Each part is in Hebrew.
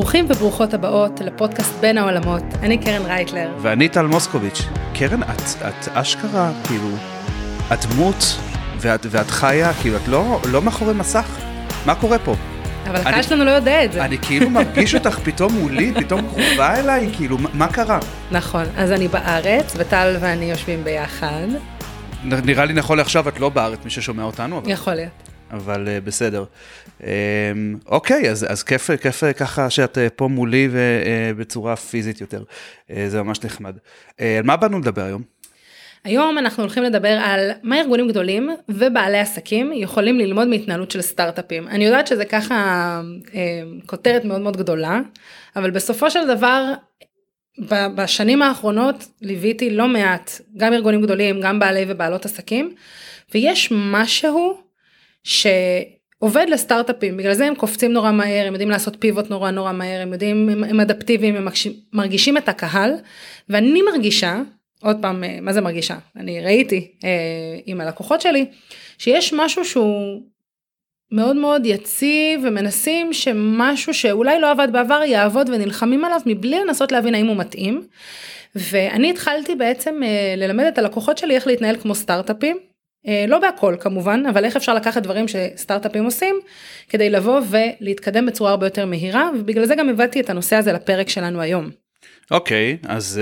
ברוכים וברוכות הבאות לפודקאסט בין העולמות. אני קרן רייטלר. ואני טל מוסקוביץ'. קרן, את אשכרה, כאילו, את דמות ואת חיה, כאילו, את לא מאחורי מסך. מה קורה פה? אבל הקהל שלנו לא יודע את זה. אני כאילו מרגיש אותך פתאום מולי, פתאום קרובה אליי, כאילו, מה קרה? נכון, אז אני בארץ, וטל ואני יושבים ביחד. נראה לי נכון לעכשיו, את לא בארץ, מי ששומע אותנו. יכול להיות. אבל בסדר. אוקיי, אז כיף ככה שאת פה מולי ובצורה פיזית יותר. זה ממש נחמד. על מה באנו לדבר היום? היום אנחנו הולכים לדבר על מה ארגונים גדולים ובעלי עסקים יכולים ללמוד מהתנהלות של סטארט-אפים. אני יודעת שזה ככה כותרת מאוד מאוד גדולה, אבל בסופו של דבר, בשנים האחרונות ליוויתי לא מעט, גם ארגונים גדולים, גם בעלי ובעלות עסקים, ויש משהו שעובד לסטארט-אפים, בגלל זה הם קופצים נורא מהר, הם יודעים לעשות פיבוט נורא מהר, הם אדפטיביים, הם מרגישים את הקהל, ואני מרגישה, עוד פעם, מה זה מרגישה? אני ראיתי עם הלקוחות שלי, שיש משהו שהוא מאוד מאוד יציב, ומנסים שמשהו שאולי לא עבד בעבר, יעבוד ונלחמים עליו, מבלי לנסות להבין האם הוא מתאים, ואני התחלתי בעצם ללמד את הלקוחות שלי איך להתנהל כמו סטארט-אפים, לא בהכל כמובן, אבל איך אפשר לקחת דברים שסטארט-אפים עושים, כדי לבוא ולהתקדם בצורה הרבה יותר מהירה, ובגלל זה גם הבאתי את הנושא הזה לפרק שלנו היום. אוקיי, אז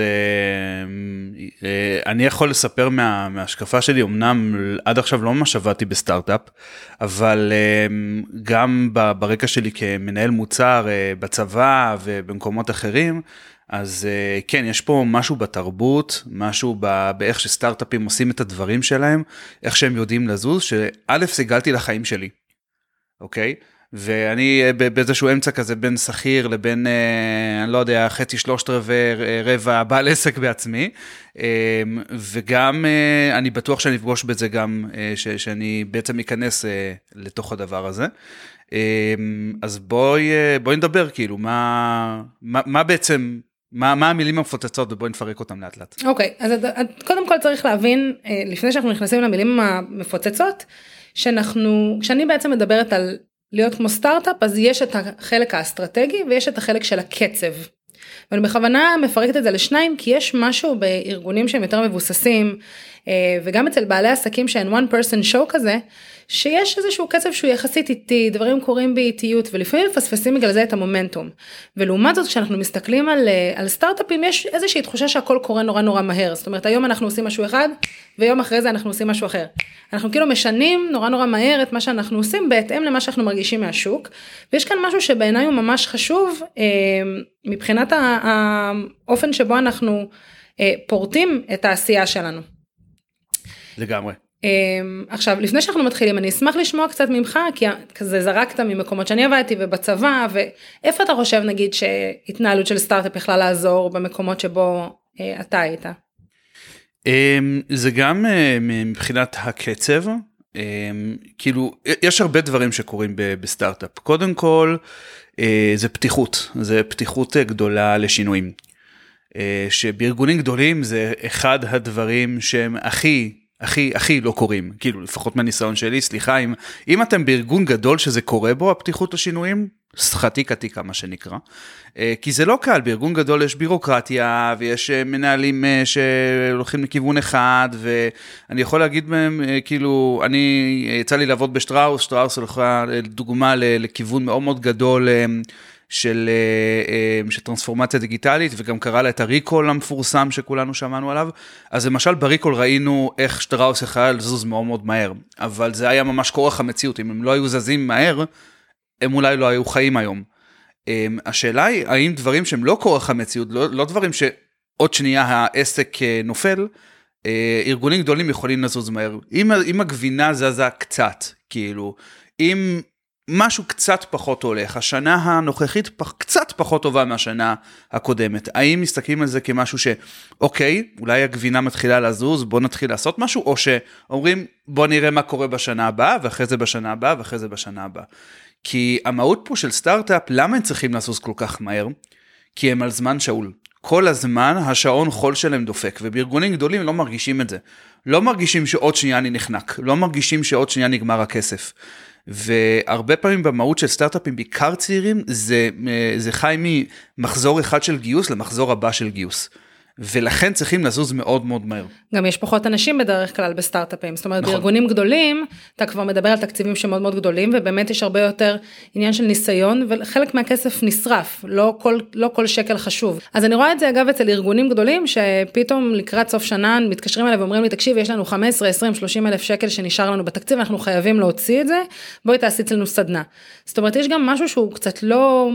אני יכול לספר מההשקפה שלי, אמנם עד עכשיו לא ממש עבדתי בסטארט-אפ, אבל גם ברקע שלי כמנהל מוצר בצבא ובמקומות אחרים, אז כן, יש פה משהו בתרבות, משהו באיך שסטארט-אפים עושים את הדברים שלהם, איך שהם יודעים לזוז, שא' סיגלתי לחיים שלי, אוקיי? ואני באיזשהו אמצע כזה בין שכיר לבין, אני לא יודע, חצי שלושת רבע בעל עסק בעצמי, וגם אני בטוח שאני אפגוש בזה גם, שאני בעצם אכנס לתוך הדבר הזה. אז בואי נדבר, כאילו, מה בעצם, מה המילים המפוצצות, ובואי נפרק אותם לאט לאט. אוקיי, אז קודם כל צריך להבין, לפני שאנחנו נכנסים למילים המפוצצות, כשאני בעצם מדברת על להיות כמו סטארט-אפ, אז יש את החלק האסטרטגי, ויש את החלק של הקצב. ואני בכוונה מפרקת את זה לשניים, כי יש משהו בארגונים שהם יותר מבוססים, וגם אצל בעלי עסקים שהן one person show כזה, שיש איזשהו קצב שהוא יחסית איטי, דברים קורים באיטיות, ולפעמים מפספסים בגלל זה את המומנטום. ולעומת זאת, כשאנחנו מסתכלים על סטארט-אפים, יש איזושהי תחושה שהכל קורה נורא מהר. זאת אומרת, היום אנחנו עושים משהו אחד, ויום אחרי זה אנחנו עושים משהו אחר. אנחנו כאילו משנים נורא מהר את מה שאנחנו עושים, בהתאם למה שאנחנו מרגישים מהשוק. ויש כאן משהו שבעיניי הוא ממש חשוב, מבחינת האופן שבו אנחנו פורטים את העשייה שלנו. לגמרי. עכשיו, לפני שאנחנו מתחילים, אני אשמח לשמוע קצת ממך, כי כזה זרקת ממקומות שאני עבדתי ובצבא, ואיפה אתה חושב, נגיד, שהתנהלות של סטארט-אפ יכלה לעזור במקומות שבו אתה היית? זה גם מבחינת הקצב, כאילו, יש הרבה דברים שקורים בסטארט-אפ. קודם כל, זה פתיחות גדולה לשינויים. שבארגונים גדולים זה אחד הדברים שהם הכי לא קורים, כאילו לפחות מהניסיון שלי, סליחה, אם אתם בארגון גדול שזה קורה בו, הפתיחות לשינויים, סחטיקה מה שנקרא, כי זה לא קל, בארגון גדול יש בירוקרטיה, ויש מנהלים שהולכים לכיוון אחד, ואני יכול להגיד מהם, כאילו, יצא לי לעבוד בשטראוס הולכה דוגמה לכיוון מאוד מאוד גדול, של טרנספורמציה דיגיטלית, וגם קרא לה את הריקול המפורסם שכולנו שמענו עליו, אז למשל בריקול ראינו איך שטראוס יכולה לזוז מאוד מהר, אבל זה היה ממש כורח המציאות, אם הם לא היו זזים מהר, הם אולי לא היו חיים היום. השאלה היא, האם דברים שהם לא כורח המציאות, לא דברים שעוד שנייה העסק נופל, ארגונים גדולים יכולים לזוז מהר. אם הגבינה זזה קצת, כאילו, אם משהו קצת פחות הולך, השנה הנוכחית קצת פחות טובה מהשנה הקודמת, האם מסתכלים על זה כמשהו שאוקיי, אולי הגבינה מתחילה לזוז, בוא נתחיל לעשות משהו, או שאומרים בוא נראה מה קורה בשנה הבאה, ואחרי זה בשנה הבאה, ואחרי זה בשנה הבאה. כי המהות פה של סטארט-אפ, למה הם צריכים לזוז כל כך מהר? כי הם על זמן שאול. כל הזמן השעון חול שלהם דופק, ובארגונים גדולים לא מרגישים את זה. לא מרגישים שעוד שנייה אני נחנק, לא מרגישים שעוד שנייה נגמר הכסף. והרבה פעמים במהות של סטארט-אפים, בעיקר צעירים, זה חי ממחזור אחד של גיוס למחזור הבא של גיוס. ולכן צריכים לזוז מאוד מאוד מהר. גם יש פחות אנשים בדרך כלל בסטארט-אפים, זאת אומרת, נכון. בארגונים גדולים, אתה כבר מדבר על תקציבים שמאוד מאוד גדולים, ובאמת יש הרבה יותר עניין של ניסיון, וחלק מהכסף נשרף, לא כל שקל חשוב. אז אני רואה את זה אגב אצל ארגונים גדולים, שפתאום לקראת סוף שנה מתקשרים אליי ואומרים לי, תקשיב, יש לנו 15, 20, 30 אלף שקל שנשאר לנו בתקציב, אנחנו חייבים להוציא את זה, בואי תעשי אצלנו סדנה. זאת אומרת, יש גם משהו שהוא קצת לא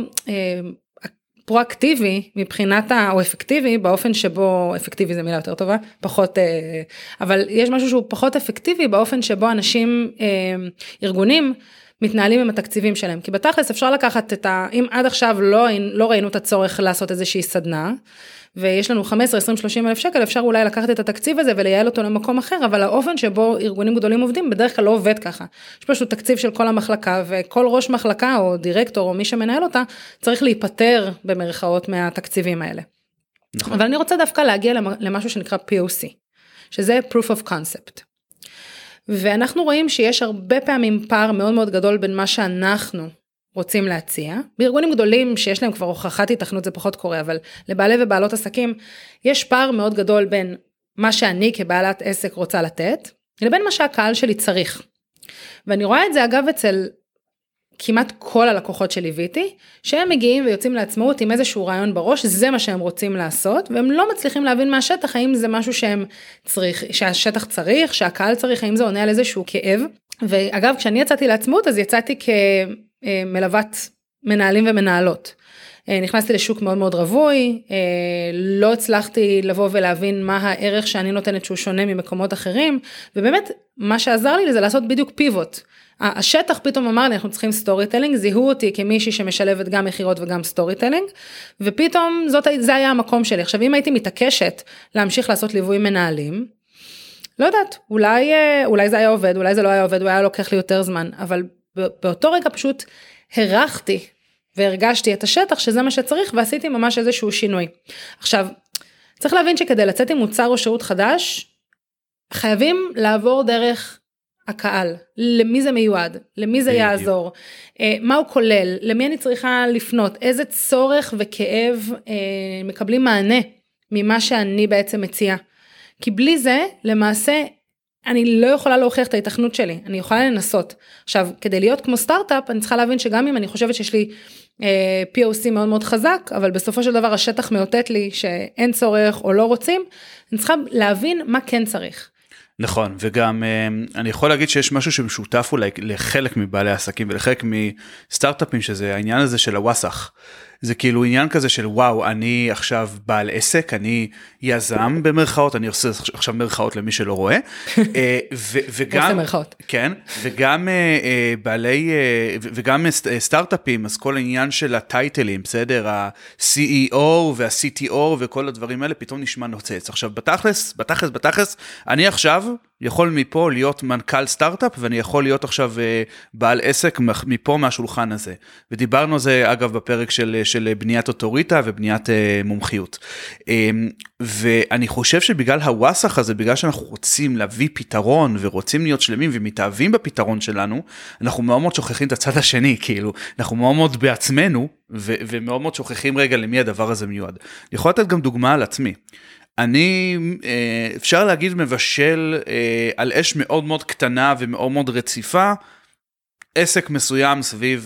פרואקטיבי מבחינת, או אפקטיבי, באופן שבו, אפקטיבי זה מילה יותר טובה, פחות, אבל יש משהו שהוא פחות אפקטיבי, באופן שבו אנשים, ארגונים, מתנהלים עם התקציבים שלהם, כי בתכלס אפשר לקחת אם עד עכשיו לא ראינו את הצורך לעשות איזושהי סדנה, ויש לנו 15, 20, 30 אלף שקל, אפשר אולי לקחת את התקציב הזה ולייעל אותו למקום אחר, אבל האופן שבו ארגונים גדולים עובדים, בדרך כלל לא עובד ככה. יש פשוט תקציב של כל המחלקה, וכל ראש מחלקה או דירקטור או מי שמנהל אותה, צריך להיפטר במרכאות מהתקציבים האלה. נכון. אבל אני רוצה דווקא להגיע למשהו שנקרא POC, שזה Proof of Concept. ואנחנו רואים שיש הרבה פעמים פער מאוד מאוד גדול בין מה שאנחנו רוצים להציע. בארגונים גדולים שיש להם כבר הוכחת התכנות זה פחות קורה, אבל לבעלי ובעלות עסקים יש פער מאוד גדול בין מה שאני כבעלת עסק רוצה לתת, לבין מה שהקהל שלי צריך. ואני רואה את זה אגב אצל כמעט כל הלקוחות שליוויתי, שהם מגיעים ויוצאים לעצמאות עם איזשהו רעיון בראש, זה מה שהם רוצים לעשות, והם לא מצליחים להבין מהשטח, האם זה משהו שהשטח צריך, שהקהל צריך, האם זה עונה על איזשהו כאב. ואגב, כשאני יצאתי לעצמאות, אז יצאתי כמלוות מנהלים ומנהלות. נכנסתי לשוק מאוד מאוד רווי, לא הצלחתי לבוא ולהבין מה הערך שאני נותנת שהוא שונה ממקומות אחרים, ובאמת מה שעזר לי זה לעשות בדיוק פיבוט. השטח פתאום אמר לי, אנחנו צריכים סטורי טלינג, זיהו אותי כמישהי שמשלבת גם מחירות וגם סטורי טלינג, ופתאום זה היה המקום שלי. עכשיו, אם הייתי מתעקשת להמשיך לעשות ליווי מנהלים, לא יודעת, אולי זה היה עובד, אולי זה לא היה עובד, הוא היה לוקח לי יותר זמן, אבל באותו רגע פשוט הרחתי והרגשתי את השטח שזה מה שצריך, ועשיתי ממש איזשהו שינוי. עכשיו, צריך להבין שכדי לצאת עם מוצר או שירות חדש, חייבים לעבור דרך הקהל, למי זה מיועד, למי זה יעזור, מה הוא כולל, למי אני צריכה לפנות, איזה צורך וכאב מקבלים מענה ממה שאני בעצם מציעה. כי בלי זה, למעשה, אני לא יכולה להוכיח את ההתכנות שלי, אני יכולה לנסות. עכשיו, כדי להיות כמו סטארט-אפ, אני צריכה להבין שגם אם אני חושבת שיש לי POC מאוד מאוד חזק, אבל בסופו של דבר השטח מאותת לי שאין צורך או לא רוצים, אני צריכה להבין מה כן צריך. נכון, וגם אני יכול להגיד שיש משהו שמשותף אולי לחלק מבעלי העסקים ולחלק מסטארט-אפים, שזה העניין הזה של הווסח. זה כאילו עניין כזה של וואו, אני עכשיו בעל עסק, אני יזם במרכאות, אני עושה עכשיו מרכאות למי שלא רואה, וגם, כן, וגם בעלי, וגם סטארט-אפים, אז כל העניין של הטייטלים, בסדר, ה-CEO וה-CTO וכל הדברים האלה, פתאום נשמע נוצץ. עכשיו, בתכלס, אני עכשיו יכול מפה להיות מנכ"ל סטארט-אפ, ואני יכול להיות עכשיו בעל עסק מפה מהשולחן הזה. ודיברנו על זה, אגב, בפרק של בניית אוטוריטה ובניית מומחיות. ואני חושב שבגלל הווסח הזה, בגלל שאנחנו רוצים להביא פתרון, ורוצים להיות שלמים ומתאהבים בפתרון שלנו, אנחנו מאוד מאוד שוכחים את הצד השני, כאילו, אנחנו מאוד מאוד בעצמנו, ומאוד מאוד שוכחים רגע למי הדבר הזה מיועד. אני יכול לתת גם דוגמה על עצמי. אני, אפשר להגיד מבשל על אש מאוד מאוד קטנה ומאוד מאוד רציפה, עסק מסוים סביב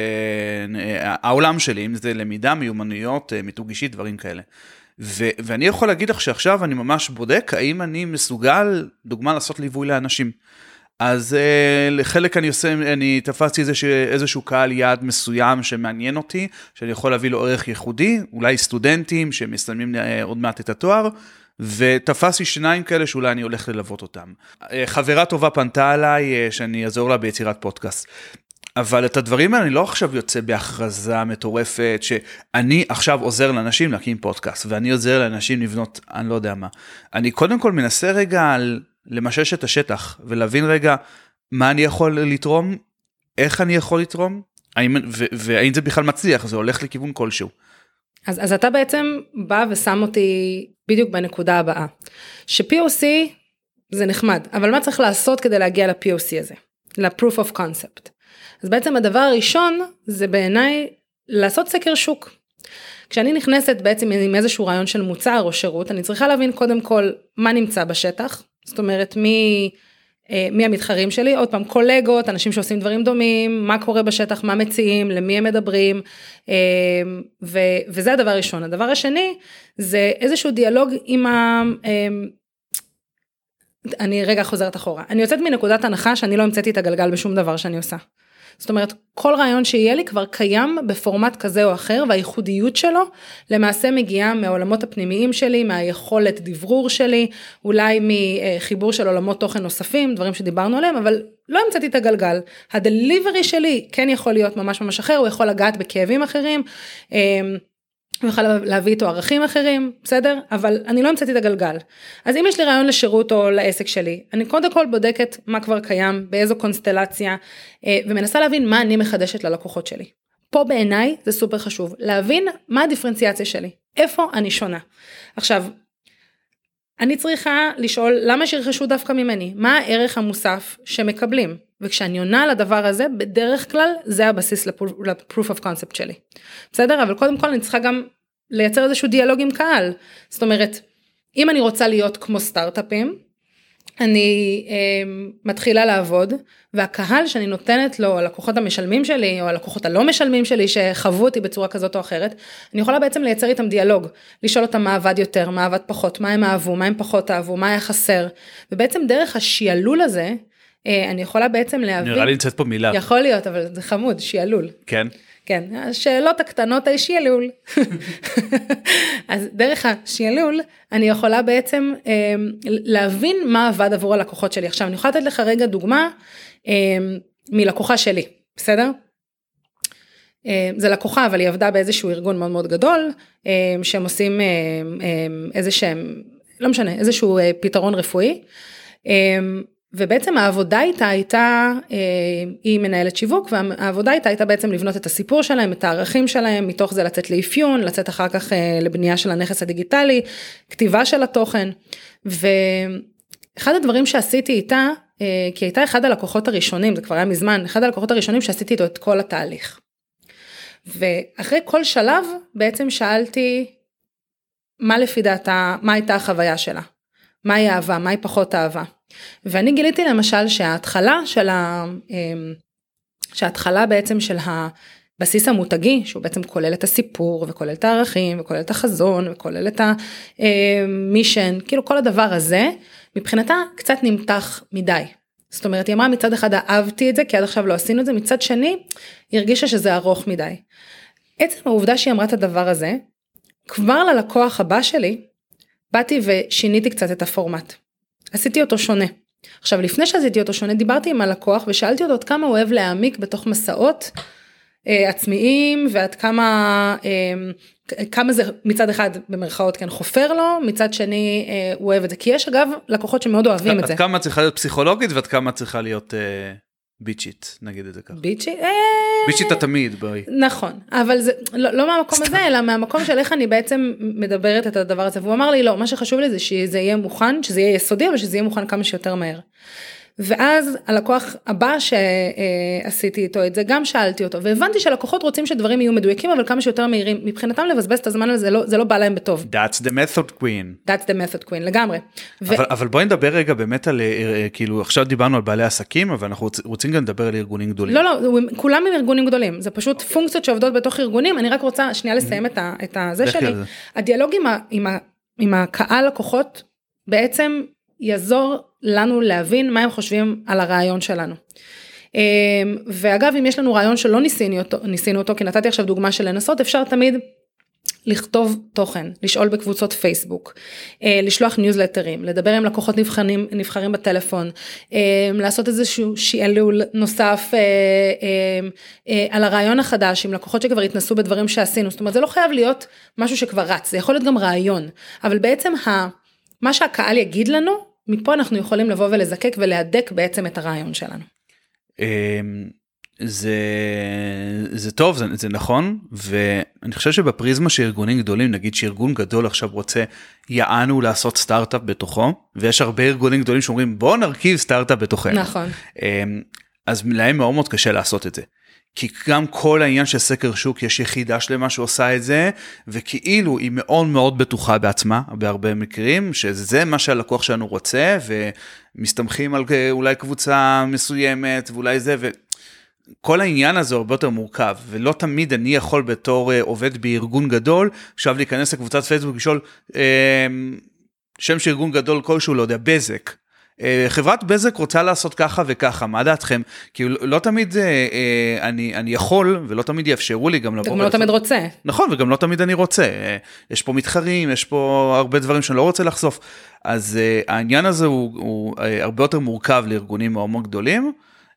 העולם שלי, אם זה למידה, מיומנויות, מיתוג אישי, דברים כאלה. ואני יכול להגיד לך שעכשיו אני ממש בודק, האם אני מסוגל, דוגמה, לעשות ליווי לאנשים. אז לחלק אני תפסתי איזשהו קהל יעד מסוים שמעניין אותי, שאני יכול להביא לו ערך ייחודי, אולי סטודנטים שמסיימים עוד מעט את התואר, ותפסתי 2 כאלה שאולי אני הולך ללוות אותם. חברה טובה פנתה עליי שאני אעזור לה ביצירת פודקאסט. אבל את הדברים האלה אני לא עכשיו יוצא בהכרזה מטורפת, שאני עכשיו עוזר לאנשים להקים פודקאסט, ואני עוזר לאנשים לבנות, אני לא יודע מה. אני קודם כל מנסה רגע למשש את השטח, ולהבין רגע מה אני יכול לתרום, איך אני יכול לתרום, והאם זה בכלל מצליח, זה הולך לכיוון כלשהו. אז אתה בעצם בא ושם אותי בדיוק בנקודה הבאה, ש-POC זה נחמד, אבל מה צריך לעשות כדי להגיע ל-POC הזה? ל-Proof of Concept. אז בעצם הדבר הראשון זה בעיניי לעשות סקר שוק. כשאני נכנסת בעצם עם איזשהו רעיון של מוצר או שירות, אני צריכה להבין קודם כל מה נמצא בשטח, זאת אומרת מי המתחרים שלי, עוד פעם קולגות, אנשים שעושים דברים דומים, מה קורה בשטח, מה מציעים, למי הם מדברים, וזה הדבר הראשון. הדבר השני זה איזשהו דיאלוג עם אני רגע חוזרת אחורה, אני יוצאת מנקודת הנחה שאני לא המצאתי את הגלגל בשום דבר שאני עושה. זאת אומרת, כל רעיון שיהיה לי כבר קיים בפורמט כזה או אחר, והייחודיות שלו למעשה מגיעה מהעולמות הפנימיים שלי, מהיכולת דברור שלי, אולי מחיבור של עולמות תוכן נוספים, דברים שדיברנו עליהם, אבל לא המצאתי את הגלגל. הדליברי שלי כן יכול להיות ממש ממש אחר, הוא יכול לגעת בכאבים אחרים, הוא יכול להביא איתו ערכים אחרים, בסדר? אבל אני לא המצאתי את הגלגל. אז אם יש לי רעיון לשירות או לעסק שלי, אני קודם כל בודקת מה כבר קיים, באיזו קונסטלציה, ומנסה להבין מה אני מחדשת ללקוחות שלי. פה בעיניי זה סופר חשוב, להבין מה הדיפרנציאציה שלי, איפה אני שונה. עכשיו, אני צריכה לשאול למה שירכשו דווקא ממני, מה הערך המוסף שמקבלים, וכשאני עונה לדבר הזה, בדרך כלל זה הבסיס ל-proof of concept שלי. בסדר? אבל קודם כל אני צריכה גם לייצר איזשהו דיאלוג עם קהל. זאת אומרת, אם אני רוצה להיות כמו סטארט-אפים, אני מתחילה לעבוד, והקהל שאני נותנת לו, הלקוחות המשלמים שלי, או הלקוחות הלא משלמים שלי, שחוו אותי בצורה כזאת או אחרת, אני יכולה בעצם לייצר איתם דיאלוג, לשאול אותם מה עבד יותר, מה עבד פחות, מה הם אהבו, מה הם פחות אהבו, מה היה חסר, ובעצם דרך השיעלול הזה, אני יכולה בעצם להבין. נראה לי נצאת פה מילה. יכול להיות, אבל זה חמוד, שיעלול. כן. כן, השאלות הקטנות היא שיעלול. אז דרך השיעלול, אני יכולה בעצם להבין מה עבד עבור הלקוחות שלי. עכשיו, אני יכולה לתת לך רגע דוגמה מלקוחה שלי, בסדר? זה לקוחה, אבל היא עבדה באיזשהו ארגון מאוד מאוד גדול, שהם עושים איזשהם, לא משנה, איזשהו פתרון רפואי, ובעצם העבודה איתה הייתה, היא מנהלת שיווק, והעבודה איתה הייתה בעצם לבנות את הסיפור שלהם, את הערכים שלהם, מתוך זה לצאת לאפיון, לצאת אחר כך לבנייה של הנכס הדיגיטלי, כתיבה של התוכן, ואחד הדברים שעשיתי איתה, כי הייתה אחד הלקוחות הראשונים, זה כבר היה מזמן, אחד הלקוחות הראשונים שעשיתי איתו את כל התהליך. ואחרי כל שלב בעצם שאלתי, מה לפי דעתה, מה הייתה החוויה שלה? מה היא אהבה, מה היא פחות אהבה? ואני גיליתי למשל שההתחלה בעצם של הבסיס המותגי, שהוא בעצם כולל את הסיפור, וכולל את הערכים, וכולל את החזון, וכולל את המישן, כאילו כל הדבר הזה, מבחינתה קצת נמתח מדי. זאת אומרת, היא אמרה מצד אחד אהבתי את זה, כי עד עכשיו לא עשינו את זה, מצד שני, היא הרגישה שזה ארוך מדי. עצם העובדה שהיא אמרה את הדבר הזה, כבר ללקוח הבא שלי, באתי ושיניתי קצת את הפורמט. עשיתי אותו שונה. עכשיו, לפני שעשיתי אותו שונה, דיברתי עם הלקוח ושאלתי אותו עד כמה הוא אוהב להעמיק בתוך מסעות עצמיים, ועד כמה זה מצד אחד במרכאות כן חופר לו, מצד שני הוא אוהב את זה. כי יש אגב לקוחות שמאוד אוהבים את זה. עד כמה צריכה להיות פסיכולוגית ועד כמה צריכה להיות ביצ'ית, נגיד את זה ככה. ביצ'ית? ביצ'ית התמיד, בואי. נכון, אבל זה לא מהמקום הזה, אלא מהמקום של איך אני בעצם מדברת את הדבר הזה, והוא אמר לי, לא, מה שחשוב לי זה שזה יהיה מוכן, שזה יהיה יסודי, אבל שזה יהיה מוכן כמה שיותר מהר. ואז הלקוח הבא שעשיתי איתו את זה, גם שאלתי אותו, והבנתי שלקוחות רוצים שדברים יהיו מדויקים, אבל כמה שיותר מהירים, מבחינתם לבזבז את הזמן הזה, זה לא בא להם בטוב. That's the method queen. That's the method queen, לגמרי. אבל בואי נדבר רגע באמת על, כאילו, עכשיו דיברנו על בעלי עסקים, אבל אנחנו רוצים גם לדבר על ארגונים גדולים. לא, כולם הם ארגונים גדולים, זה פשוט פונקציות שעובדות בתוך ארגונים, אני רק רוצה שנייה לסיים את זה שלי. הדיאלוג עם הקהל לקוחות, בעצם יעזור לנו להבין מה הם חושבים על הרעיון שלנו. ואגב, אם יש לנו רעיון שלא ניסינו אותו, כי נתתי עכשיו דוגמה של לנסות, אפשר תמיד לכתוב תוכן, לשאול בקבוצות פייסבוק, לשלוח ניוזלטרים, לדבר עם לקוחות נבחרים בטלפון, לעשות איזשהו שיעלול נוסף על הרעיון החדש, עם לקוחות שכבר התנסו בדברים שעשינו, זאת אומרת, זה לא חייב להיות משהו שכבר רץ, זה יכול להיות גם רעיון, אבל בעצם מה שהקהל יגיד לנו, מפה אנחנו יכולים לבוא ולזקק ולהדק בעצם את הרעיון שלנו. זה טוב, זה נכון, ואני חושב שבפריזמה של ארגונים גדולים, נגיד שארגון גדול עכשיו רוצה יענו לעשות סטארט-אפ בתוכו, ויש הרבה ארגונים גדולים שאומרים בוא נרכיב סטארט-אפ בתוכנו. נכון. אז להם מאוד מאוד קשה לעשות את זה. כי גם כל העניין של סקר שוק, יש יחידה שלמה שעושה את זה, וכאילו היא מאוד מאוד בטוחה בעצמה, בהרבה מקרים, שזה מה שהלקוח שלנו רוצה, ומסתמכים על אולי קבוצה מסוימת, ואולי זה, וכל העניין הזה הרבה יותר מורכב, ולא תמיד אני יכול בתור עובד בארגון גדול, עכשיו להיכנס לקבוצת פייסבוק, לשאול, שם של ארגון גדול כלשהו, לא יודע, בזק, חברת בזק רוצה לעשות ככה וככה, מה דעתכם? כי לא תמיד אני יכול, ולא תמיד יאפשרו לי גם לבוא. גם לא תמיד רוצה. נכון, וגם לא תמיד אני רוצה. יש פה מתחרים, יש פה הרבה דברים שאני לא רוצה לחשוף. אז העניין הזה הוא הרבה יותר מורכב לארגונים מאוד מאוד גדולים,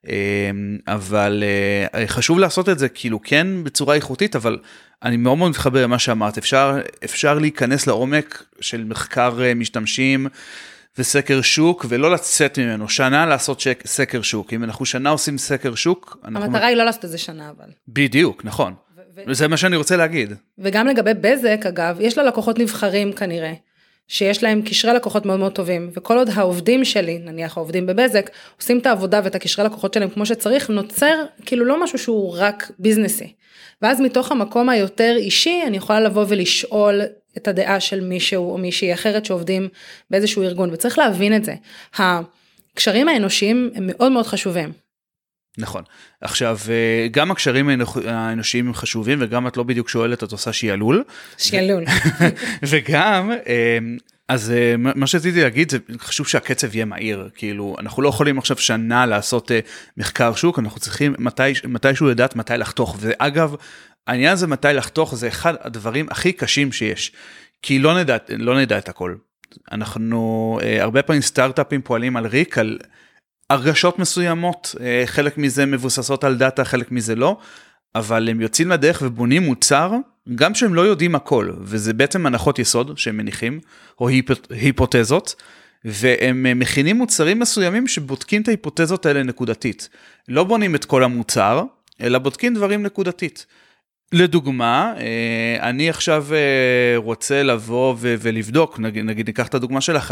אבל חשוב לעשות את זה כאילו כן בצורה איכותית, אבל אני מאוד מאוד מתחבר למה שאמרת. אפשר להיכנס לעומק של מחקר משתמשים, וסקר שוק, ולא לצאת ממנו, שנה לעשות סקר שוק. אם אנחנו שנה עושים סקר שוק, המטרה היא לא לעשות את זה שנה, אבל. בדיוק, נכון. וזה מה שאני רוצה להגיד. וגם לגבי בזק, אגב, יש לה לקוחות נבחרים כנראה, שיש להם קשרי לקוחות מאוד מאוד טובים, וכל עוד העובדים שלי, נניח העובדים בבזק, עושים את העבודה ואת הקשרי לקוחות שלהם כמו שצריך, נוצר כאילו לא משהו שהוא רק ביזנסי. ואז מתוך המקום היותר אישי, אני יכולה לבוא ולשאול את הדעה של מישהו או מישהי אחרת שעובדים באיזשהו ארגון, וצריך להבין את זה. הקשרים האנושיים הם מאוד מאוד חשובים. נכון. עכשיו, גם הקשרים האנושיים הם חשובים, וגם את לא בדיוק שואלת, את עושה שיעלול. שיעלול. וגם, אז מה שרציתי להגיד, זה חשוב שהקצב יהיה מהיר, כאילו, אנחנו לא יכולים עכשיו שנה לעשות מחקר שוק, אנחנו צריכים מתישהו לדעת מתי לחתוך, ואגב, העניין הזה מתי לחתוך, זה אחד הדברים הכי קשים שיש, כי לא נדע את הכל. אנחנו, הרבה פעמים סטארט-אפים פועלים על ריק, על הרגשות מסוימות, חלק מזה מבוססות על דאטה, חלק מזה לא, אבל הם יוצאים לדרך ובונים מוצר, גם שהם לא יודעים הכל, וזה בעצם הנחות יסוד שהם מניחים, או היפותזות, והם מכינים מוצרים מסוימים שבודקים את ההיפותזות האלה נקודתית. לא בונים את כל המוצר, אלא בודקים דברים נקודתית. לדוגמה, אני עכשיו רוצה לבוא ולבדוק, נגיד ניקח את הדוגמה שלך,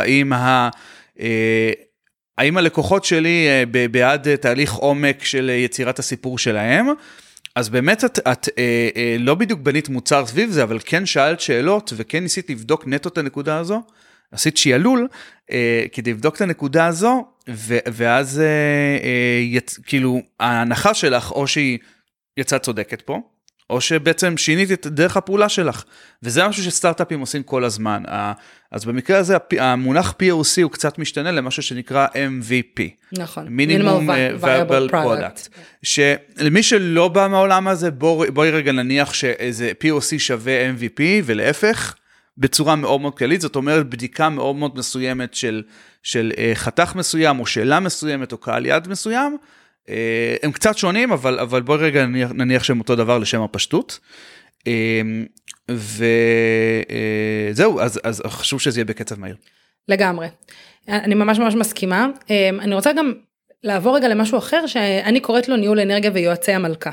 האם הלקוחות שלי בעד תהליך עומק של יצירת הסיפור שלהם, אז באמת את לא בדיוק בנית מוצר סביב זה, אבל כן שאלת שאלות, וכן ניסית לבדוק נטו את הנקודה הזו, עשית שיעלול, כדי לבדוק את הנקודה הזו, ואז כאילו ההנחה שלך, או שהיא יצאה צודקת פה, או שבעצם שינית את דרך הפעולה שלך, וזה משהו שסטארט-אפים עושים כל הזמן. אז במקרה הזה, המונח POC הוא קצת משתנה למשהו שנקרא MVP. נכון. Minimum Viable Product. שלמי שלא בא מהעולם הזה, בואי רגע נניח שאיזה POC שווה MVP, ולהפך, בצורה מאוד מאוד כללית, זאת אומרת, בדיקה מאוד מאוד מסוימת של חתך מסוים, או שאלה מסוימת, או קהל יעד מסוים, הם קצת שונים, אבל בואי רגע נניח שהם אותו דבר לשם הפשטות, וזהו, אז חשוב שזה יהיה בקצב מהיר. לגמרי. אני ממש ממש מסכימה. אני רוצה גם לעבור רגע למשהו אחר, שאני קוראת לו ניהול אנרגיה ויועצי המלכה.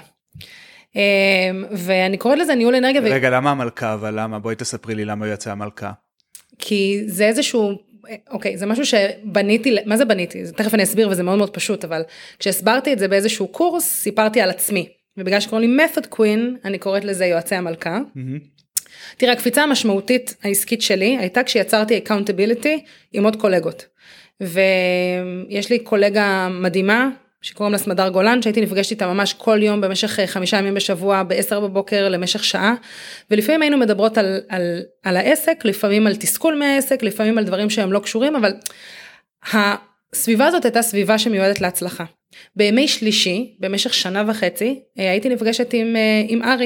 ואני קוראת לזה ניהול אנרגיה. רגע, למה המלכה? אבל למה? בואי תספרי לי למה יועצי המלכה. כי זה איזשהו, אוקיי, זה משהו שבניתי, מה זה בניתי? תכף אני אסביר וזה מאוד מאוד פשוט, אבל כשהסברתי את זה באיזשהו קורס, סיפרתי על עצמי. ובגלל שקוראים לי method queen, אני קוראת לזה יועצי המלכה. תראה, הקפיצה המשמעותית העסקית שלי, הייתה כשיצרתי accountability עם עוד קולגות. ויש לי קולגה מדהימה, שקוראים לה סמדר גולן, שהייתי נפגשת איתה ממש כל יום, במשך 5 ימים בשבוע, ב10 בבוקר, למשך שעה, ולפעמים היינו מדברות על העסק, לפעמים על תסכול מהעסק, לפעמים על דברים שהם לא קשורים, אבל הסביבה הזאת הייתה סביבה שמיועדת להצלחה. בימי שלישי, במשך 1.5 שנה, הייתי נפגשת עם ארי.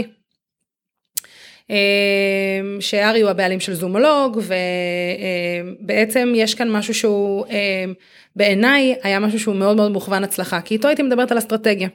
שארי הוא הבעלים של זומולוג, ובעצם יש כאן משהו שהוא, בעיניי היה משהו שהוא מאוד מאוד מוכוון הצלחה, כי איתו הייתי מדברת על אסטרטגיה.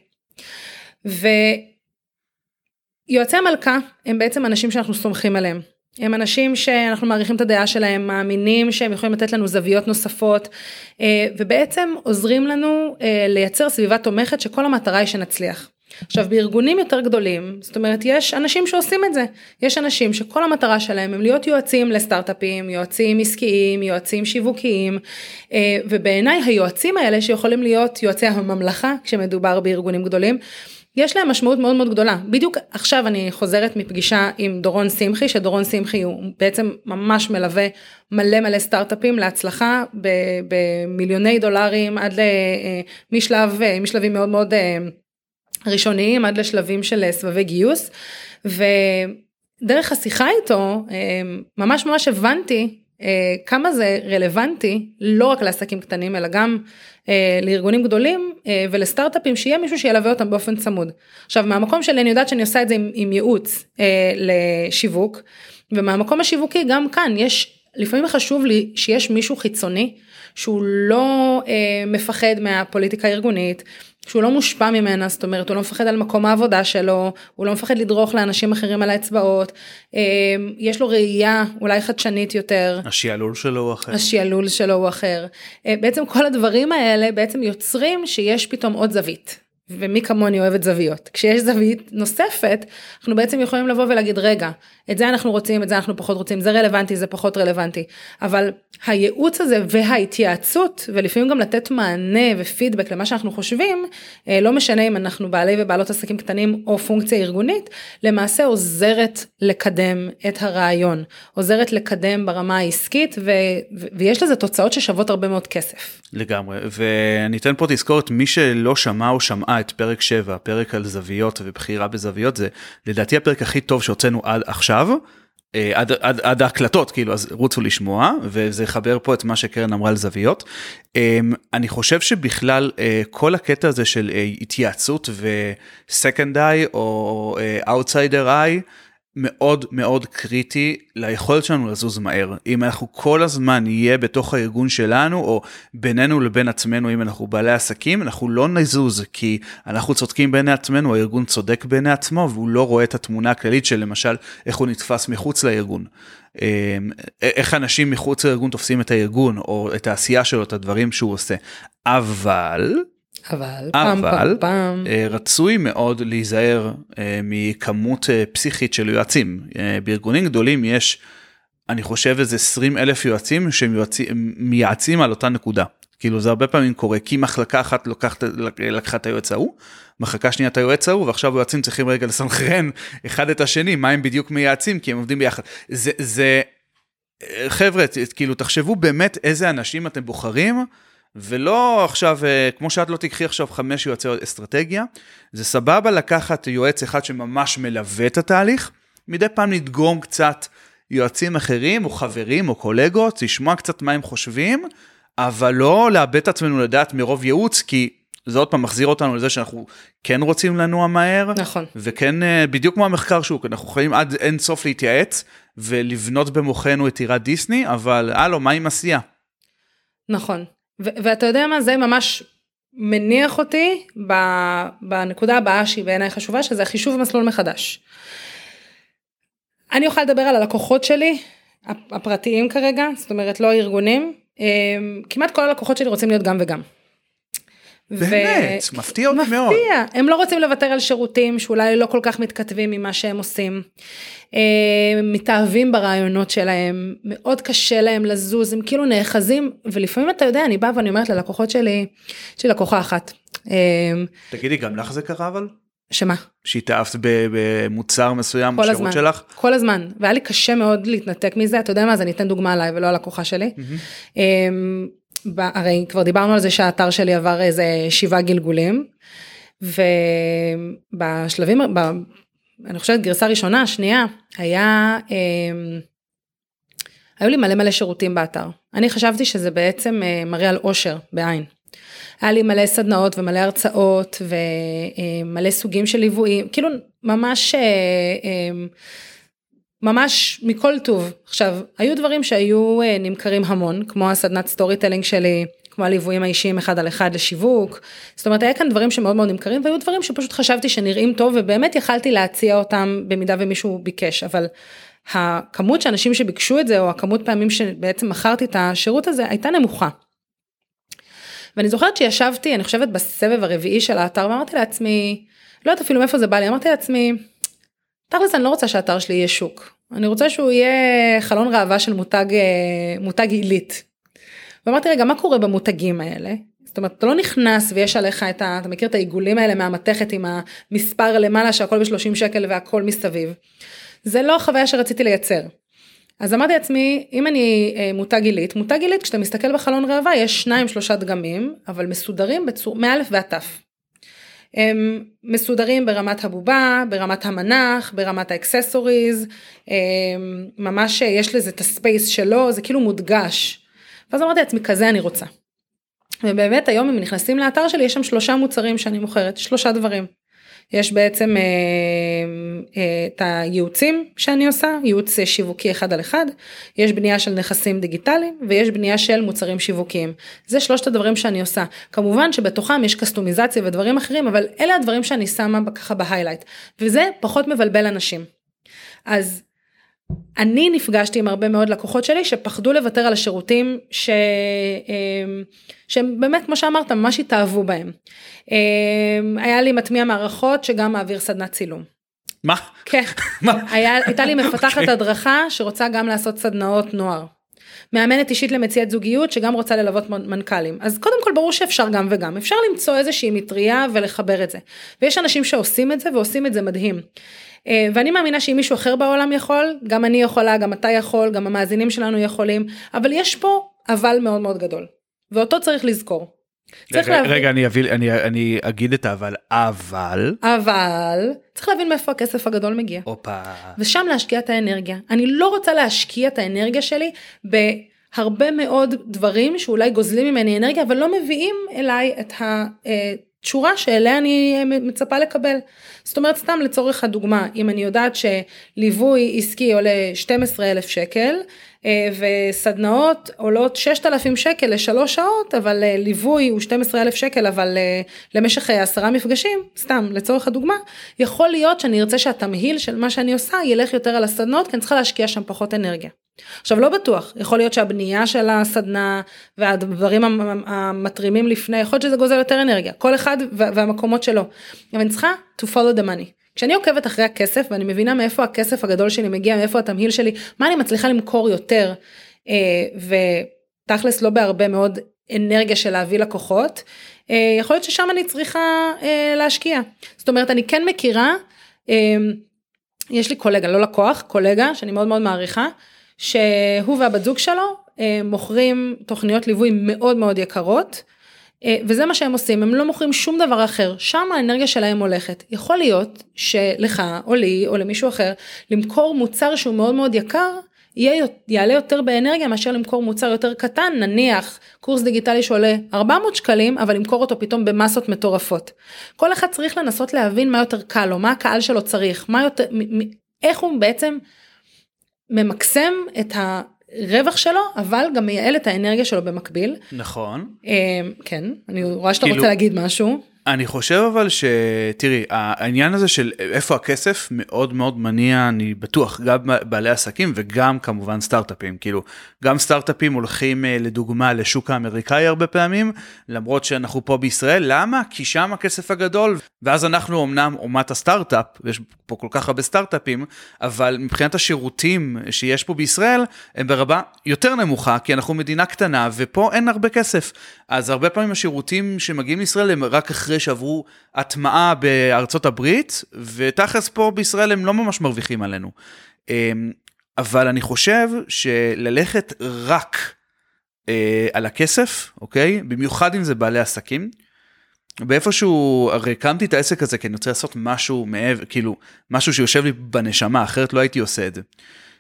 ויועצי המלכה הם בעצם אנשים שאנחנו סומכים עליהם. הם אנשים שאנחנו מעריכים את הדעה שלהם, מאמינים שהם יכולים לתת לנו זוויות נוספות, ובעצם עוזרים לנו לייצר סביבה תומכת שכל המטרה היא שנצליח. עכשיו, בארגונים יותר גדולים, זאת אומרת, יש אנשים שעושים את זה. יש אנשים שכל המטרה שלהם הם להיות יועצים לסטארט-אפים, יועצים עסקיים, יועצים שיווקיים, ובעיניי היועצים האלה שיכולים להיות יועצי הממלכה, כשמדובר בארגונים גדולים, יש להם משמעות מאוד מאוד גדולה. בדיוק עכשיו אני חוזרת מפגישה עם דורון שמחי, שדורון שמחי הוא בעצם ממש מלווה מלא מלא סטארט-אפים להצלחה במיליוני דולרים עד משלבים מאוד מאוד ראשוניים עד לשלבים של סבבי גיוס, ודרך השיחה איתו ממש ממש הבנתי כמה זה רלוונטי, לא רק לעסקים קטנים, אלא גם לארגונים גדולים ולסטארט-אפים, שיהיה מישהו שילווה אותם באופן צמוד. עכשיו, מהמקום שלי, אני יודעת שאני עושה את זה עם ייעוץ לשיווק, ומהמקום השיווקי גם כאן, לפעמים חשוב לי שיש מישהו חיצוני, שהוא לא מפחד מהפוליטיקה הארגונית, שהוא לא מושפע ממנה, זאת אומרת, הוא לא מפחד על מקום העבודה שלו, הוא לא מפחד לדרוך לאנשים אחרים על האצבעות, יש לו ראייה אולי חדשנית יותר. השיעלול שלו הוא אחר. השיעלול שלו הוא אחר. בעצם כל הדברים האלה בעצם יוצרים שיש פתאום עוד זווית. ומי כמוני אוהבת זוויות. כשיש זווית נוספת, אנחנו בעצם יכולים לבוא ולהגיד, רגע, את זה אנחנו רוצים, את זה אנחנו פחות רוצים, זה רלוונטי, זה פחות רלוונטי. אבל הייעוץ הזה וההתייעצות, ולפעמים גם לתת מענה ופידבק למה שאנחנו חושבים, לא משנה אם אנחנו בעלי ובעלות עסקים קטנים או פונקציה ארגונית, למעשה עוזרת לקדם את הרעיון, עוזרת לקדם ברמה העסקית, ויש לזה תוצאות ששוות הרבה מאוד כסף. לגמרי, ואני אתן פה תזכורת, מי שלא שמע או שמעה את פרק 7, הפרק על זוויות ובחירה בזוויות, זה לדעתי הפרק הכי טוב שהוצאנו עד עכשיו, עד ההקלטות, כאילו, אז רוצו לשמוע, וזה יחבר פה את מה שקרן אמרה על זוויות. אני חושב שבכלל, כל הקטע הזה של התייעצות ו-second eye או outsider eye, מאוד מאוד קריטי ליכולת שלנו לזוז מהר. אם אנחנו כל הזמן נהיה בתוך הארגון שלנו, או בינינו לבין עצמנו, אם אנחנו בעלי עסקים, אנחנו לא נזוז, כי אנחנו צודקים בעיני עצמנו, הארגון צודק בעיני עצמו, והוא לא רואה את התמונה הכללית של למשל, איך הוא נתפס מחוץ לארגון. איך אנשים מחוץ לארגון תופסים את הארגון, או את העשייה שלו, את הדברים שהוא עושה. אבל רצוי מאוד להיזהר מכמות פסיכית של יועצים. בארגונים גדולים יש, אני חושב, איזה 20,000 יועצים שמייעצים על אותה נקודה. כאילו זה הרבה פעמים קורה, כי מחלקה אחת לקחה את היועץ ההוא, מחלקה שנייה את היועץ ההוא, ועכשיו יועצים צריכים רגע לסנכרן אחד את השני, מה הם בדיוק מייעצים, כי הם עובדים ביחד. זה חבר'ה, כאילו תחשבו באמת איזה אנשים אתם בוחרים, ולא עכשיו, כמו שאת לא תקחי עכשיו 5 יועצי אסטרטגיה, זה סבבה לקחת יועץ אחד שממש מלווה את התהליך, מדי פעם נדגום קצת יועצים אחרים, או חברים, או קולגות, לשמוע קצת מה הם חושבים, אבל לא לאבד את עצמנו לדעת מרוב ייעוץ, כי זה עוד פעם מחזיר אותנו לזה שאנחנו כן רוצים לנוע מהר, נכון. וכן בדיוק כמו המחקר שוק, אנחנו יכולים עד אין סוף להתייעץ, ולבנות במוחנו את עירת דיסני, אבל הלו, מה עם עשייה? נכון. ואתה יודע מה, זה ממש מניח אותי בנקודה הבאה שהיא בעיניי חשובה, שזה החישוב מסלול מחדש. אני אוכל לדבר על הלקוחות שלי, הפרטיים כרגע, זאת אומרת לא ארגונים, כמעט כל הלקוחות שלי רוצים להיות גם וגם. באמת, מפתיע אותי מאוד. מפתיע, הם לא רוצים לוותר על שירותים שאולי לא כל כך מתכתבים עם מה שהם עושים, מתאהבים ברעיונות שלהם, מאוד קשה להם לזוז, הם כאילו נאחזים, ולפעמים אתה יודע, אני באה ואני אומרת ללקוחות שלי, יש לי לקוחה אחת. תגידי, גם לך זה קרה אבל? שמה? שהתאהבת במוצר מסוים, בשירות שלך? כל הזמן, והיה לי קשה מאוד להתנתק מזה, אתה יודע מה, אז אני אתן דוגמה עליי ולא על לקוחה שלי. הרי כבר דיברנו על זה שהאתר שלי עבר איזה 7 גלגולים, ובשלבים, אני חושבת גרסה ראשונה, שנייה, היו לי מלא מלא שירותים באתר. אני חשבתי שזה בעצם מראה על אושר בעין. היה לי מלא סדנאות ומלא הרצאות ומלא סוגים של ליוויים, כאילו ממש מכל טוב. עכשיו, היו דברים שהיו נמכרים המון, כמו הסדנת סטורי טלינג שלי, כמו הליוויים האישיים אחד על אחד לשיווק, זאת אומרת, היה כאן דברים שמאוד מאוד נמכרים, והיו דברים שפשוט חשבתי שנראים טוב, ובאמת יכלתי להציע אותם במידה ומישהו ביקש, אבל הכמות שאנשים שביקשו את זה, או הכמות פעמים שבעצם מכרתי את השירות הזה, הייתה נמוכה. ואני זוכרת שישבתי, אני חושבת בסבב הרביעי של האתר, ואמרתי לעצמי, לא יודעת אפילו מאיפה זה בא לי, אמרתי לעצמי, תכלס אני לא רוצה שהאתר שלי יהיה שוק, אני רוצה שהוא יהיה חלון ראווה של מותג עילית. ואמרתי רגע, מה קורה במותגים האלה? זאת אומרת, אתה לא נכנס ויש עליך אתה מכיר את העיגולים האלה מהמתכת עם המספר למעלה שהכל ב-30 שקל והכל מסביב. זה לא החוויה שרציתי לייצר. אז אמרתי לעצמי, אם אני מותג עילית, כשאתה מסתכל בחלון ראווה, יש 2-3 דגמים, אבל מסודרים מאלף ועד תף. הם מסודרים ברמת הבובה, ברמת המנח, ברמת האקססוריז, ממש יש לזה את הספייס שלו, זה כאילו מודגש. ואז אמרתי לעצמי, כזה אני רוצה. ובאמת היום אם נכנסים לאתר שלי, יש שם 3 מוצרים שאני מוכרת, 3 דברים. יש בעצם את הייעוצים שאני עושה, ייעוץ שיווקי 1 על 1, יש בנייה של נכסים דיגיטליים, ויש בנייה של מוצרים שיווקיים. זה 3 הדברים שאני עושה. כמובן שבתוכם יש קסטומיזציה ודברים אחרים, אבל אלה הדברים שאני שמה ככה בהיילייט, וזה פחות מבלבל אנשים. אז אני נפגשתי עם הרבה מאוד לקוחות שלי, שפחדו לוותר על השירותים שהם באמת, כמו שאמרת, ממש התאהבו בהם. היה לי מטמיע מערכות שגם מעביר סדנת צילום. מה? כן. הייתה לי מפתחת הדרכה שרוצה גם לעשות סדנאות נוער. מאמנת אישית למציאת זוגיות שגם רוצה ללוות מנכ"לים. אז קודם כל ברור שאפשר גם וגם. אפשר למצוא איזושהי מטריה ולחבר את זה. ויש אנשים שעושים את זה ועושים את זה מדהים. ואני מאמינה שאם מישהו אחר בעולם יכול, גם אני יכולה, גם אתה יכול, גם המאזינים שלנו יכולים, אבל יש פה אבל מאוד מאוד גדול. ואותו צריך לזכור. רגע, אני אגיד את אבל צריך להבין מאיפה הכסף הגדול מגיע. אופה. ושם להשקיע את האנרגיה. אני לא רוצה להשקיע את האנרגיה שלי בהרבה מאוד דברים שאולי גוזלים ממני אנרגיה, אבל לא מביאים אליי את התשורה שאליה אני מצפה לקבל. זאת אומרת, סתם לצורך הדוגמה, אם אני יודעת שליווי עסקי עולה 12,000 שקל, וסדנאות עולות 6,000 שקל ל3 שעות, אבל ליווי הוא 12,000 שקל, אבל למשך 10 מפגשים, סתם לצורך הדוגמה, יכול להיות שאני ארצה שהתמהיל של מה שאני עושה ילך יותר על הסדנאות, כי אני צריכה להשקיע שם פחות אנרגיה. עכשיו לא בטוח, יכול להיות שהבנייה של הסדנה והדברים המטרימים לפני, יכול להיות שזה גוזל יותר אנרגיה, כל אחד והמקומות שלו, אבל אני צריכה to follow the money. כשאני עוקבת אחרי הכסף, ואני מבינה מאיפה הכסף הגדול שלי מגיע, מאיפה התמהיל שלי, מה אני מצליחה למכור יותר, ותכלס לא בהרבה מאוד אנרגיה של להביא לקוחות, יכול להיות ששם אני צריכה להשקיע. זאת אומרת, אני כן מכירה, יש לי קולגה, לא לקוח, קולגה, שאני מאוד מאוד מעריכה, שהוא והבת זוג שלו מוכרים תוכניות ליווי מאוד מאוד יקרות, וזה מה שהם עושים, הם לא מוכרים שום דבר אחר, שם האנרגיה שלהם הולכת. יכול להיות שלך או לי או למישהו אחר, למכור מוצר שהוא מאוד מאוד יקר, יעלה יותר באנרגיה מאשר למכור מוצר יותר קטן, נניח קורס דיגיטלי שעולה 400 שקלים, אבל למכור אותו פתאום במסות מטורפות. כל אחד צריך לנסות להבין מה יותר קל לו, מה הקהל שלו צריך, איך הוא בעצם ממקסם את הרווח שלו, אבל גם מייעל את האנרגיה שלו במקביל. נכון. כן, אני רואה שאתה רוצה להגיד משהו. אני חושב אבל שתראי, העניין הזה של איפה הכסף מאוד מאוד מניע, אני בטוח, גם בעלי עסקים וגם כמובן סטארט-אפים, כאילו, גם סטארט-אפים הולכים לדוגמה לשוק האמריקאי הרבה פעמים, למרות שאנחנו פה בישראל, למה? כי שם הכסף הגדול, ואז אנחנו אמנם אומת הסטארט-אפ, ויש פה כל כך הרבה סטארט-אפים, אבל מבחינת השירותים שיש פה בישראל, הם ברמה יותר נמוכה, כי אנחנו מדינה קטנה, ופה אין הרבה כסף, אז הרבה פעמים השירותים שמגיעים לישראל הם רק אחרי שעברו הטמעה בארצות הברית, ותכלס פה בישראל הם לא ממש מרוויחים עלינו. אבל אני חושב שללכת רק על הכסף, אוקיי? במיוחד אם זה בעלי עסקים, באיפשהו, הרי קמתי את העסק הזה, כי אני רוצה לעשות משהו מעבר, כאילו, משהו שיושב לי בנשמה, אחרת לא הייתי עושה את זה.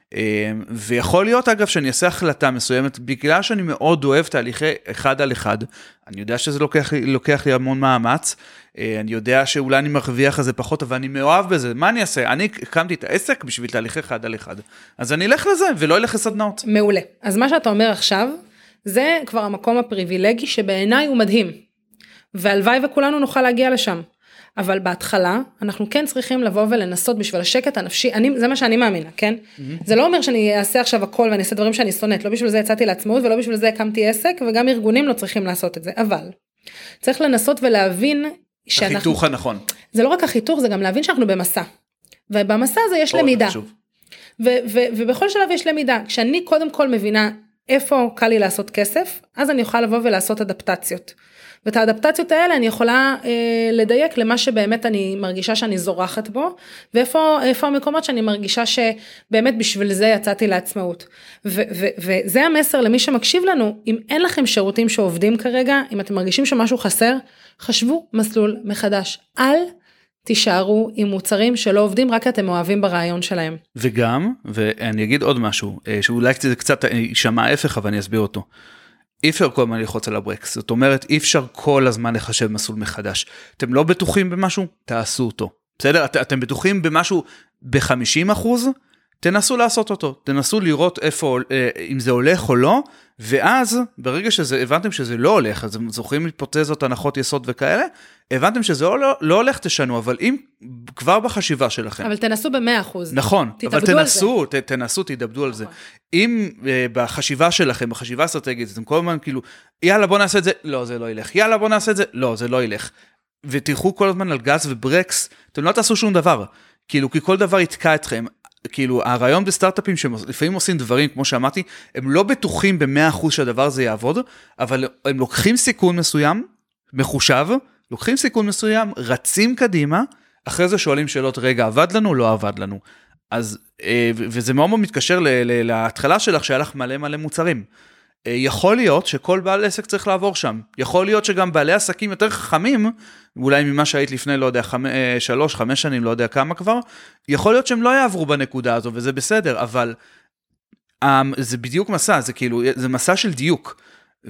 ויכול להיות אגב שאני אעשה החלטה מסוימת, בגלל שאני מאוד אוהב תהליכי 1 על 1, אני יודע שזה לוקח לי המון מאמץ, אני יודע שאולי אני מרוויח על פחות, אבל אני מאוהב בזה, מה אני אעשה? אני קמתי את העסק בשביל תהליכי 1 על 1, אז אני אלך לזה ולא אלך לסדנאות. מעולה, אז מה שאתה אומר עכשיו, זה כבר המקום הפריבילגי שבעיניי הוא מדהים, והלוואי וכולנו נוכל להגיע לשם. אבל בהתחלה, אנחנו כן צריכים לבוא ולנסות בשביל השקט הנפשי, זה מה שאני מאמינה, כן? זה לא אומר שאני אעשה עכשיו הכל ואני אעשה דברים שאני שונאת, לא בשביל זה יצאתי לעצמאות ולא בשביל זה הקמתי עסק, וגם ארגונים לא צריכים לעשות את זה, אבל צריך לנסות ולהבין שאנחנו... החיתוך הנכון. זה לא רק החיתוך, זה גם להבין שאנחנו במסע, ובמסע הזה יש למידה. ובכל שלב יש למידה, כשאני קודם כל מבינה איפה קל לי לעשות כסף, אז אני יכולה לבוא ולעשות אדפטציות. ואת האדפטציות האלה אני יכולה לדייק למה שבאמת אני מרגישה שאני זורחת בו, ואיפה המקומות שאני מרגישה שבאמת בשביל זה יצאתי לעצמאות. וזה המסר למי שמקשיב לנו, אם אין לכם שירותים שעובדים כרגע, אם אתם מרגישים שמשהו חסר, חשבו מסלול מחדש. אל תישארו עם מוצרים שלא עובדים, רק אתם אוהבים ברעיון שלהם. וגם, ואני אגיד עוד משהו, שאולי זה קצת יישמע ההפך, אבל אני אסביר אותו. אי אפשר כל הזמן ללחוץ על הברקס, זאת אומרת, אי אפשר כל הזמן לחשב מסלול מחדש. אתם לא בטוחים במשהו, תעשו אותו. בסדר? אתם בטוחים במשהו ב-50%, תנסו לעשות אותו. תנסו לראות איפה, אם זה הולך או לא, ואז, ברגע שהבנתם שזה לא הולך, אז זוכרים היפותזות, הנחות יסוד וכאלה, הבנתם שזה לא הולך, תשנו, אבל אם כבר בחשיבה שלכם. אבל תנסו ב-100%. נכון, אבל תנסו, תתאבדו על זה. אם בחשיבה שלכם, בחשיבה אסטרטגית, אתם כל הזמן כאילו, יאללה בוא נעשה את זה, לא, זה לא ילך. יאללה בוא נעשה את זה, לא, זה לא ילך. ותלכו כל הזמן על גז וברקס, אתם לא תעשו שום דבר. כאילו, כי כל דבר יתקע אתכם. כאילו, הרעיון בסטארט-אפים שלפעמים עושים דברים, כמו שאמרתי, הם לא בטוחים ב-100% שהדבר הזה יעבוד, אבל הם לוקחים סיכון מסוים, מחושב, לוקחים סיכון מסוים, רצים קדימה, אחרי זה שואלים שאלות, רגע, עבד לנו, לא עבד לנו. אז, וזה מאוד מאוד מתקשר להתחלה שלך, שהיה לך מלא מוצרים. יכול להיות שכל בעל עסק צריך לעבור שם. יכול להיות שגם בעלי עסקים יותר חכמים, אולי ממה שהיית לפני, לא יודע, 3-5 שנים, לא יודע כמה כבר, יכול להיות שהם לא יעברו בנקודה הזו, וזה בסדר, אבל זה בדיוק מסע, זה כאילו, זה מסע של דיוק.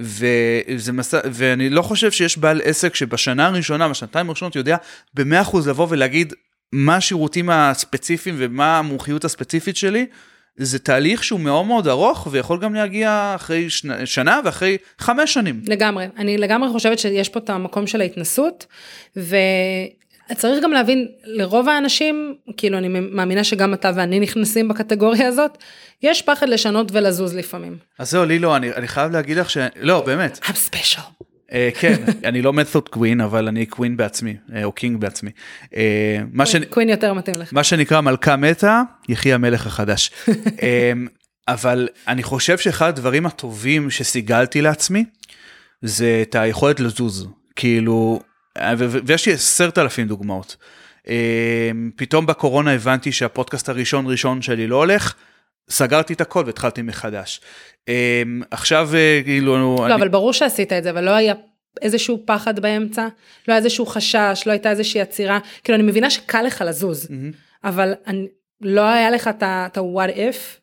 ואני לא חושב שיש בעל עסק שבשנה הראשונה, בשנתיים הראשונות, יודע ב-100% לבוא ולהגיד מה השירותים הספציפיים ומה המומחיות הספציפית שלי, זה תהליך שהוא מאוד מאוד ארוך, ויכול גם להגיע אחרי שנה ואחרי 5 שנים. לגמרי. אני לגמרי חושבת שיש פה את המקום של ההתנסות, וצריך גם להבין, לרוב האנשים, כאילו אני מאמינה שגם אתה ואני נכנסים בקטגוריה הזאת, יש פחד לשנות ולזוז לפעמים. אז זהו, לילה, אני חייב להגיד לך לא, באמת. I'm special. כן, אני לא מתוד קווין, אבל אני קווין בעצמי, או קינג בעצמי. קווין יותר מתאים לך. מה שנקרא מלכה מתה, יחי המלך החדש. אבל אני חושב שאחד הדברים הטובים שסיגלתי לעצמי, זה את היכולת לזוז. כאילו, ויש לי 10,000 דוגמאות. פתאום בקורונה הבנתי שהפודקאסט הראשון שלי לא הולך, סגרתי את הכל והתחלתי מחדש. עכשיו כאילו... לא, אבל ברור שעשית את זה, אבל לא היה איזשהו פחד באמצע, לא היה איזשהו חשש, לא הייתה איזושהי עצירה, כאילו אני מבינה שקל לך לזוז, אבל לא היה לך את ה-what if?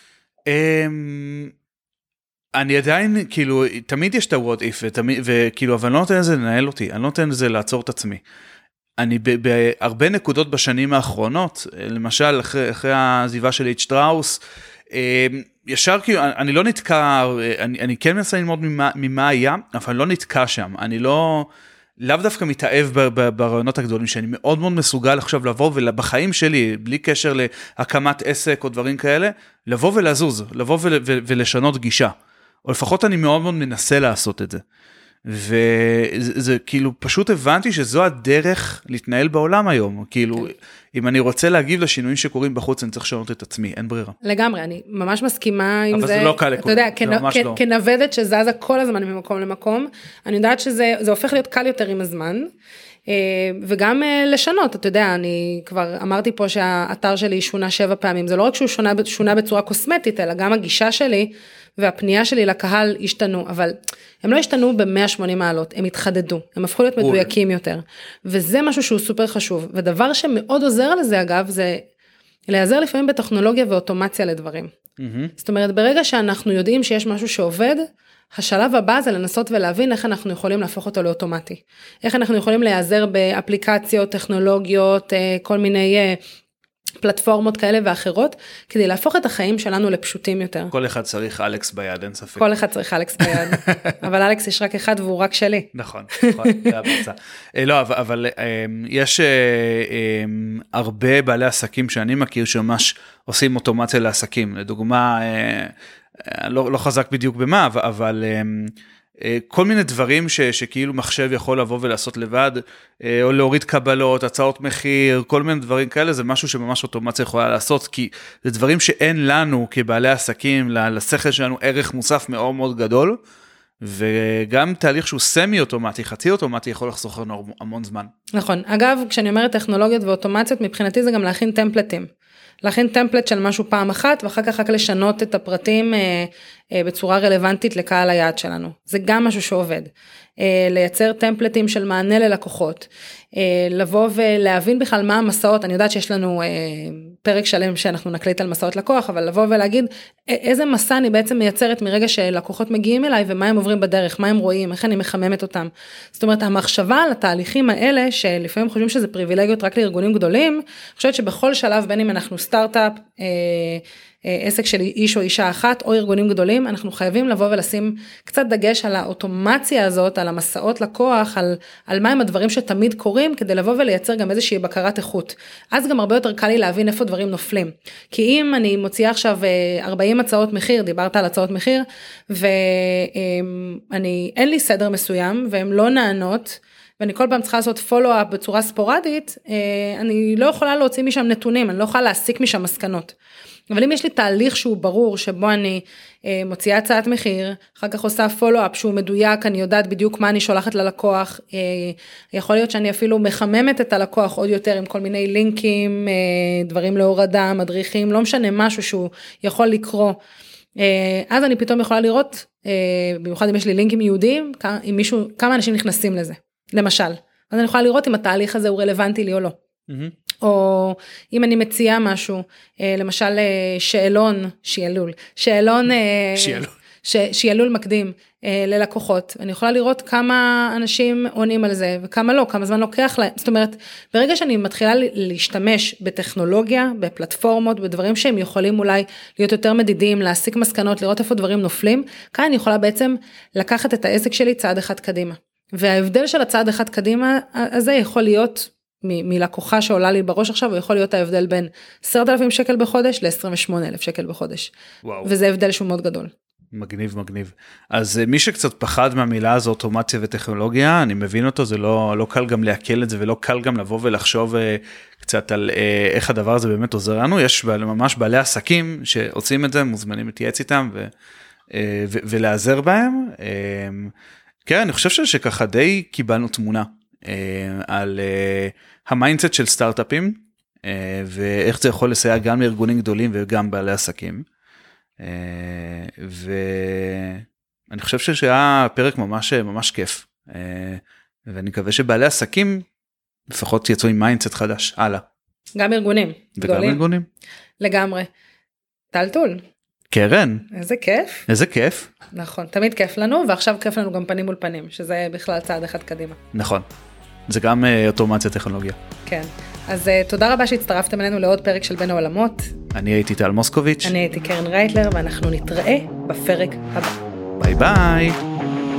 אני עדיין, כאילו, תמיד יש את ה-what if, וכאילו, אבל אני לא נותן לזה לנהל אותי, אני לא נותן לזה לעצור את עצמי. אני בהרבה נקודות בשנים האחרונות, למשל אחרי העזיבה של שטראוס, ישר כאילו, אני לא נתקע, אני כן מנסה ללמוד ממה היה, אבל אני לא נתקע שם, אני לאו דווקא מתאהב ברעיונות הגדולים, שאני מאוד מאוד מסוגל עכשיו לבוא, ובחיים שלי, בלי קשר להקמת עסק או דברים כאלה, לבוא ולזוז, לבוא ולשנות גישה, או לפחות אני מאוד מאוד מנסה לעשות את זה. וזה כאילו פשוט הבנתי שזו הדרך להתנהל בעולם היום, כאילו אם אני רוצה להגיב לשינויים שקורים בחוץ אני צריך לשנות את עצמי, אין ברירה. לגמרי, אני ממש מסכימה עם זה. אבל זה לא קל לכולם, אתה יודע, כנוודת שזזה כל הזמן ממקום למקום, אני יודעת שזה הופך להיות קל יותר עם הזמן, וגם לשנות, אתה יודע, אני כבר אמרתי פה שהאתר שלי שונה 7 פעמים, זה לא רק שהוא שונה בצורה קוסמטית, אלא גם הגישה שלי והפנייה שלי לקהל השתנו, אבל הם לא השתנו ב-180 מעלות, הם התחדדו, הם הפכו להיות מדויקים יותר, וזה משהו שהוא סופר חשוב, ודבר שמאוד עוזר לזה אגב, זה להיעזר לפעמים בטכנולוגיה ואוטומציה לדברים. זאת אומרת, ברגע שאנחנו יודעים שיש משהו שעובד, השלב הבא זה לנסות ולהבין איך אנחנו יכולים להפוך אותו לאוטומטי, איך אנחנו יכולים להיעזר באפליקציות, טכנולוגיות, כל מיני פלטפורמות כאלה ואחרות, כדי להפוך את החיים שלנו לפשוטים יותר. כל אחד צריך אלכס ביד, אין ספק. כל אחד צריך אלכס ביד, אבל אלכס יש רק אחד והוא רק שלי. נכון, זה הבצע. לא, אבל יש הרבה בעלי עסקים שאני מכיר שממש עושים אוטומציה לעסקים, לדוגמה, לא חזק בדיוק במה, אבל כל מיני דברים שכאילו מחשב יכול לבוא ולעשות לבד, או להוריד קבלות, הצעות מחיר, כל מיני דברים כאלה, זה משהו שממש אוטומציה יכולה לעשות, כי זה דברים שאין לנו כבעלי עסקים, לשכל שלנו ערך מוסף מאוד מאוד גדול, וגם תהליך שהוא סמי אוטומטי, חצי אוטומטי, יכול לחסוך לנו המון זמן. נכון. אגב, כשאני אומרת טכנולוגיות ואוטומציות, מבחינתי זה גם להכין טמפלטים. להכין טמפלט של משהו פעם אחת, ואחר כך רק לשנות את הפרטים בצורה רלוונטית לקהל היעד שלנו. זה גם משהו שעובד. לייצר טמפלטים של מענה ללקוחות. לבוא ולהבין בכלל מה המסעות, אני יודעת שיש לנו פרק שלם שאנחנו נקליט על מסעות לקוח, אבל לבוא ולהגיד איזה מסע אני בעצם מייצרת מרגע שלקוחות מגיעים אליי, ומה הם עוברים בדרך, מה הם רואים, איך אני מחממת אותם. זאת אומרת, המחשבה על התהליכים האלה, שלפעמים חושבים שזה פריבילגיות רק לארגונים גדולים, אני חושבת שבכל שלב, בין אם אנחנו סטארט-אפ, עסק של איש או אישה אחת, או ארגונים גדולים, אנחנו חייבים לבוא ולשים קצת דגש על האוטומציה הזאת, על המסעות לקוח, על מהם הדברים שתמיד קורים, כדי לבוא ולייצר גם איזושהי בקרת איכות. אז גם הרבה יותר קל לי להבין איפה דברים נופלים. כי אם אני מוציאה עכשיו 40 הצעות מחיר, דיברת על הצעות מחיר, אין לי סדר מסוים, והן לא נענות, ואני כל פעם צריכה לעשות פולו-אפ בצורה ספורדית, אני לא יכולה להוציא משם נתונים, אני לא יכולה להסיק משם מסקנות. אבל אם יש לי תהליך שהוא ברור, שבו אני מוציאה הצעת מחיר, אחר כך עושה פולו-אפ שהוא מדויק, אני יודעת בדיוק מה אני שולחת ללקוח, יכול להיות שאני אפילו מחממת את הלקוח עוד יותר עם כל מיני לינקים, דברים להורדה, מדריכים, לא משנה משהו שהוא יכול לקרוא, אז אני פתאום יכולה לראות, במיוחד אם יש לי לינקים יהודיים, כמה אנשים נכנסים לזה, למשל. אז אני יכולה לראות אם התהליך הזה הוא רלוונטי לי או לא. או אם אני מציעה משהו, למשל שיעלול מקדים ללקוחות, אני יכולה לראות כמה אנשים עונים על זה, וכמה לא, כמה זמן לוקח להם, זאת אומרת, ברגע שאני מתחילה להשתמש בטכנולוגיה, בפלטפורמות, בדברים שהם יכולים אולי להיות יותר מדידים, להסיק מסקנות, לראות איפה דברים נופלים, כאן אני יכולה בעצם לקחת את העסק שלי צעד אחד קדימה, וההבדל של הצעד אחד קדימה הזה יכול להיות מלקוחה שעולה לי בראש עכשיו, הוא יכול להיות ההבדל בין 10,000 שקל בחודש ל-28,000 שקל בחודש. וואו. וזה הבדל שהוא מאוד גדול. מגניב, מגניב. אז מי שקצת פחד מהמילה הזו, אוטומציה וטכנולוגיה, אני מבין אותו, זה לא קל גם להקל את זה, ולא קל גם לבוא ולחשוב קצת על איך הדבר הזה באמת עוזר לנו. יש ממש בעלי עסקים שעושים את זה, מוזמנים להתייעץ איתם ולעזר בהם. כן, אני חושב שככה די קיבלנו תמונה על המיינדסט של סטארט-אפים, ואיך זה יכול לסייע גם לארגונים גדולים וגם בעלי עסקים. ואני חושב שהיה פרק ממש כיף, ואני מקווה שבעלי עסקים לפחות יצאו עם מיינדסט חדש, הלאה. גם ארגונים. וגם ארגונים. לגמרי. טלטול. קרן. איזה כיף. איזה כיף. נכון, תמיד כיף לנו, ועכשיו כיף לנו גם פנים מול פנים, שזה בכלל צעד אחד קדימה. נכון. זה גם אוטומציה טכנולוגיה. כן. אז תודה רבה שהצטרפתם אלינו לעוד פרק של בין העולמות. אני הייתי טל מוסקוביץ'. אני הייתי קרן רייטלר, ואנחנו נתראה בפרק הבא. ביי ביי.